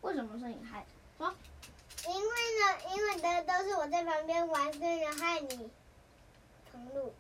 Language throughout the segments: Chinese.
为什么是你害的？说。 因为都是我在旁边玩，所以害你重录。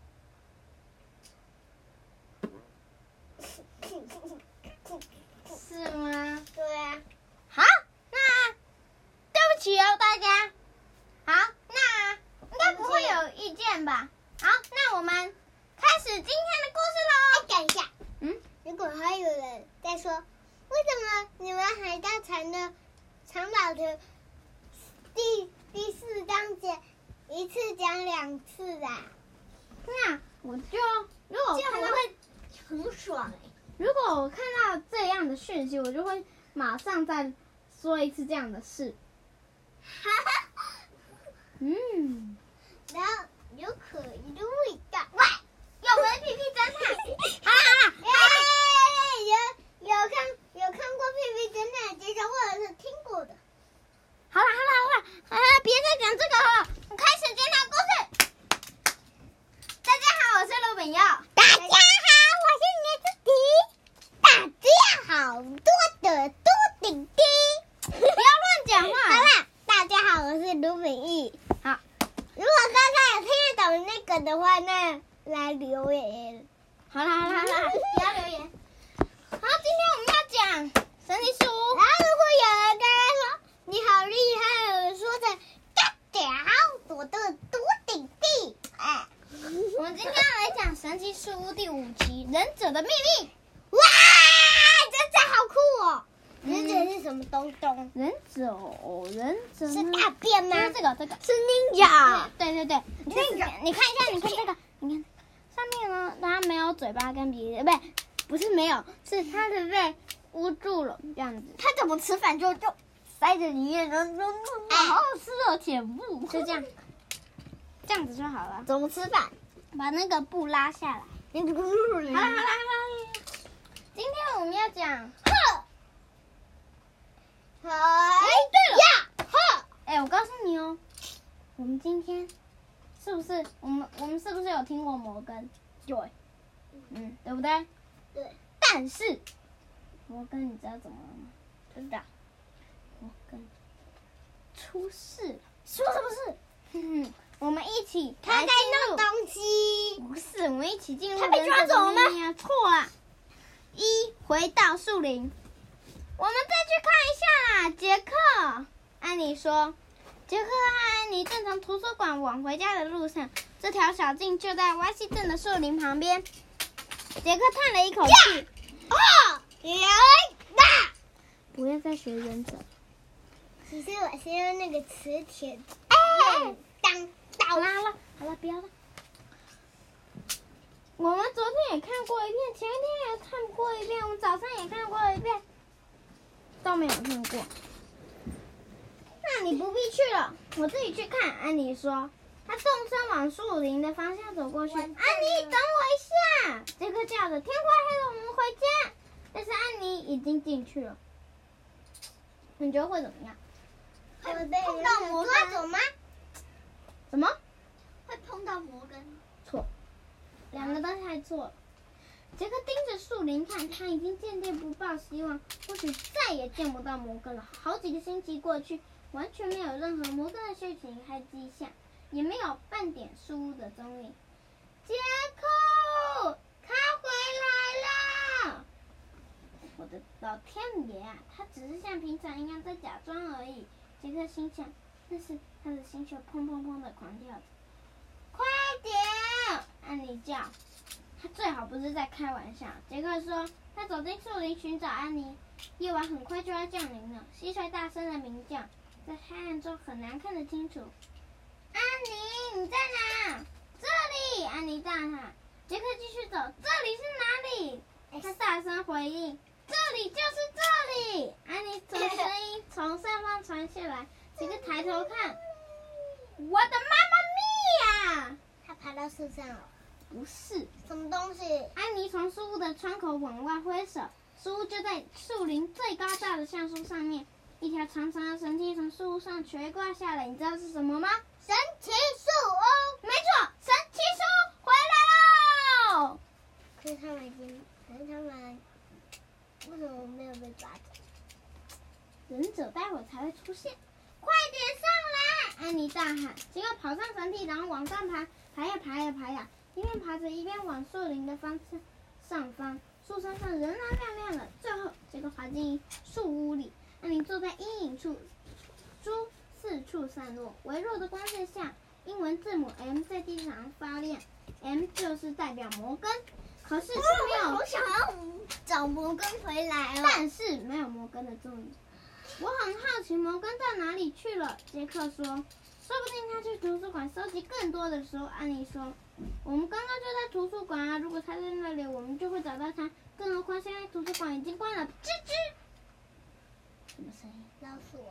是吗？ 对啊。 好，那对不起哦，大家。好，那应该不会有意见吧？好，那我们开始今天的故事喽。 等一下，如果还有人在说，为什么你们海盗船的长老的第4章节一次讲2次啊？ 那我就如果这样我会很爽如果我看到这样的讯息，我就会马上再说一次这样的事。 然后有可疑的味道。 喂，有没有屁屁侦探？好啦， 有看过屁屁侦探的介绍，或者是听过的。 好啦，别再讲这个了，我开始今天的故事。大家好，我是卢炳佑。 大家好，我是你的弟。大家好，多顶滴。 不要乱讲话。 好啦，大家好，我是卢炳义。 好， 如果刚刚有听得懂那个的话，那来留言。 好啦，不要留言。好，今天我们要讲神奇树屋。 然后如果有人刚刚说你好厉害，有人说的大家好，我的多顶滴。 我们今天要来讲神奇树屋第5集《忍者的秘密》。 哇，真好酷哦！忍者是什么东东？ 忍者是大便吗？ 这个是 ninja。 对，你看一下，你看这个，你看上面呢，它没有嘴巴跟鼻子，不是没有，是它的背捂住了这样子。 他怎么吃饭就塞着里面， 好好吃哦，铁布，就这样子就好了。 怎么吃饭？ 把那个布拉下来。好了，今天我们要讲。对了，我告诉你哦，我们今天是不是我们是不是有听过摩根？对，对不对？ 对。 但是摩根你知道怎么了吗？ 知道。 摩根出事了。 说什么事？ 我们一起他在弄东西。 不是，我们一起进入。 他被抓走了吗？ 错了。回到树林。我们再去看一下啦，杰克。安妮说，杰克和安妮正从图书馆往回家的路上，这条小径就在歪西镇的树林旁边。杰克叹了一口气。不要再学忍者。 其实我是用那个磁铁当刀。 好了，不要了。我们昨天也看过一遍，前一天也看过一遍，我们早上也看过一遍，都没有看过。那你不必去了，我自己去看。安妮说，她动身往树林的方向走过去。安妮，等我一下！杰克叫着，天快黑了，我们回家。但是安妮已经进去了。你觉得会怎么样？ 会碰到摩根吗？ 什么？ 会碰到摩根？ 错，两个都猜错了。杰克盯着树林看，他已经渐渐不抱希望，或许再也见不到摩根了。好几个星期过去，完全没有任何摩根的事情和迹象，也没有半点树屋的踪影。杰克，他回来了！我的老天爷啊，他只是像平常一样在假装而已。杰克心想，但是他的心却砰砰砰的狂跳着。快点！安妮叫。他最好不是在开玩笑。杰克说，他走进树林寻找安妮。夜晚很快就要降临了，蟋蟀大声的鸣叫，在黑暗中很难看得清楚。安妮，你在哪？这里！安妮大喊。杰克继续走，这里是哪里？他大声回应，这里就是这里。安妮的声音从上方传下来，杰克抬头看，我的妈妈咪呀！ 他爬到树上了。 不是， 什么东西？ 安妮从树屋的窗口往外挥手，树屋就在树林最高大的橡树上面。一条长长的绳梯从树屋上垂挂下来，你知道是什么吗？ 神奇树屋。 没错，神奇树屋回来喽！ 可是他们为什么没有被抓走？ 忍者待会才会出现。快点上来！安妮大喊。杰克跑上绳梯，然后往上爬，爬呀，一边爬着一边往树林的上方。树梢上仍然亮亮的。最后，杰克爬进树屋里，安妮坐在阴影处，猪四处散落。微弱的光线下，英文字母 M 在地上发亮。M 就是代表摩根，可是却没有。 我想要找摩根回来了， 但是没有摩根的踪影。我很好奇摩根到哪里去了。杰克说，说不定他去图书馆收集更多的书。安妮说，我们刚刚就在图书馆啊，如果他在那里，我们就会找到他。更何况现在图书馆已经关了。吱吱，什么声音？ 老鼠。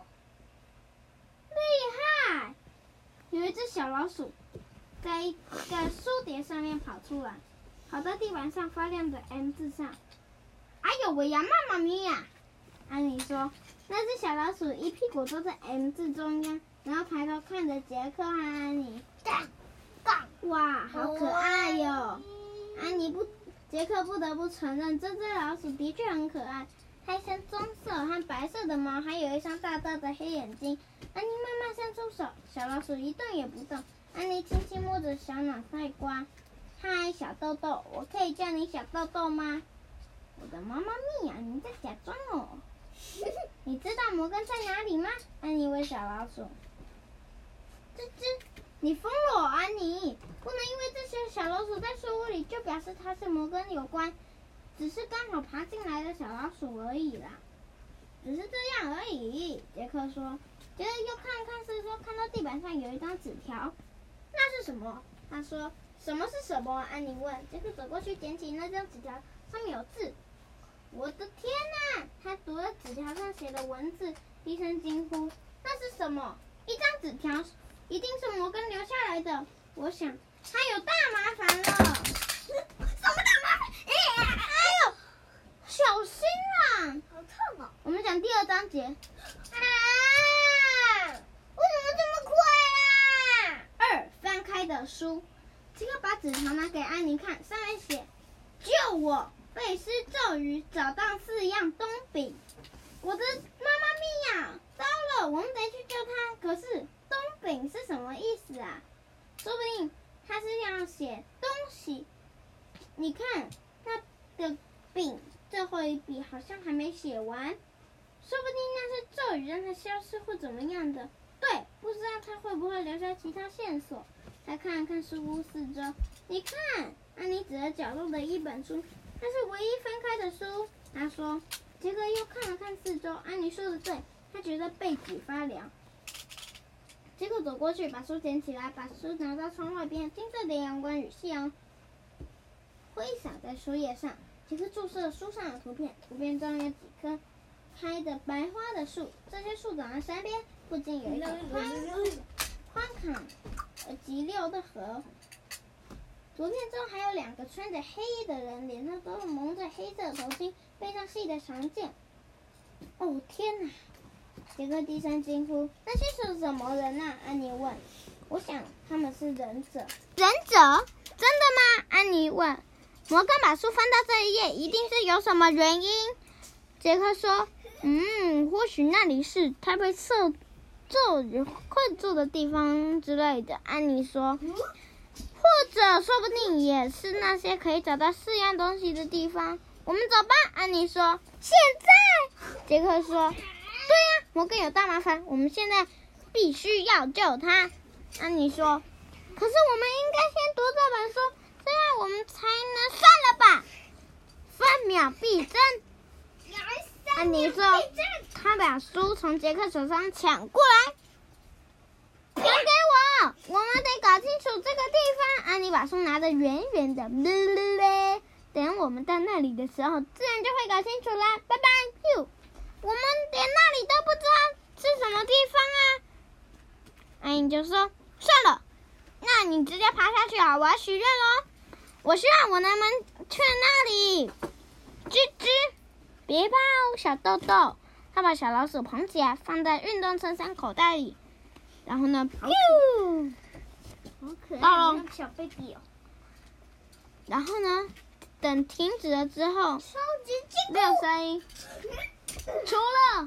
厉害！有一只小老鼠在一个书碟上面跑出来，跑到地板上发亮的 M 字上。哎呦喂呀，妈妈咪呀！安妮说，那只小老鼠一屁股坐在 M 字中央，然后抬头看着杰克和安妮。哇，好可爱哟！杰克不得不承认，这只老鼠的确很可爱。它一身棕色和白色的毛，还有一双大大的黑眼睛。安妮慢慢伸出手，小老鼠一动也不动。安妮轻轻摸着小脑袋瓜。嗨，小豆豆，我可以叫你小豆豆吗？我的妈妈咪呀，你在假装哦。你知道摩根在哪里吗？安妮问小老鼠。吱吱，你疯了，安妮！不能因为这些小老鼠在树屋里，就表示它是摩根有关。只是刚好爬进来的小老鼠而已啦。只是这样而已，杰克说。杰克又看了看四周，看到地板上有一张纸条。那是什么？他说。什么是什么？安妮问。杰克走过去捡起那张纸条，上面有字。我的天哪！他读了纸条上写的文字，低声惊呼：“那是什么？一张纸条，一定是摩根留下来的。我想他有大麻烦了。” 什么大麻烦？ 哎呦，小心啊！ 好痛哦！ 我们讲第二章节。 啊！为什么这么快啊 ？2翻开的书。杰克把纸条拿给安妮看，上面写：“救我！背诗咒语，找到4样冬饼。”我的妈妈咪呀！糟了，我们得去救他。可是冬饼是什么意思啊？说不定他是要写东西。你看那个饼最后一笔好像还没写完，说不定那是咒语让他消失或怎么样的。对，不知道他会不会留下其他线索。再看了看书屋四周，你看，安妮指着角落的一本书，那是唯一翻开的书。他说。杰克又看了看四周，安妮说的对，他觉得背脊发凉。杰克走过去，把书捡起来，把书拿到窗外边，金色的阳光与夕阳挥洒在书页上。杰克注视了书上的图片，图片中有几棵开着白花的树，这些树长在山边，附近有一个宽敞而急流的河。图片中还有2个穿着黑衣的人，脸上都蒙着黑色头巾，背上系的长剑。哦天哪！杰克低声惊呼：“那些是什么人啊？”安妮问。“我想他们是忍者。”忍者？真的吗？安妮问。摩根把书翻到这一页，一定是有什么原因。杰克说：“或许那里是他被咒语困住的地方之类的。”安妮说。或者说不定也是那些可以找到4样东西的地方。我们走吧，安妮说。现在，杰克说。对呀，摩根有大麻烦，我们现在必须要救他。安妮说。可是我们应该先读这本书，这样我们才能算了吧。3秒必争。安妮说。他把书从杰克手上抢过来。还给我！我们得搞清楚这个地方。安妮把书拿得远远的，等我们到那里的时候，自然就会搞清楚啦。拜拜，哟！我们连那里都不知道是什么地方啊。安妮就说：“算了，那你直接爬下去啊！我要许愿咯。我希望我能去那里。”吱吱，别怕哦，小豆豆。他把小老鼠捧起来，放在运动衬衫口袋里。然后呢？ 好可爱， 像小 baby 哦。 然后呢？等停止了之后， 超级惊没有声音。除了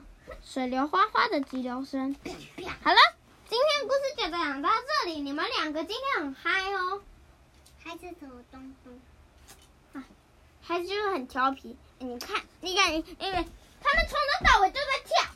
水流哗哗的急流声。好了，今天故事就讲到这里，你们两个今天很嗨哦。 还是什么东东？ 孩子就是很调皮，你看，因为他们从头到尾都在跳。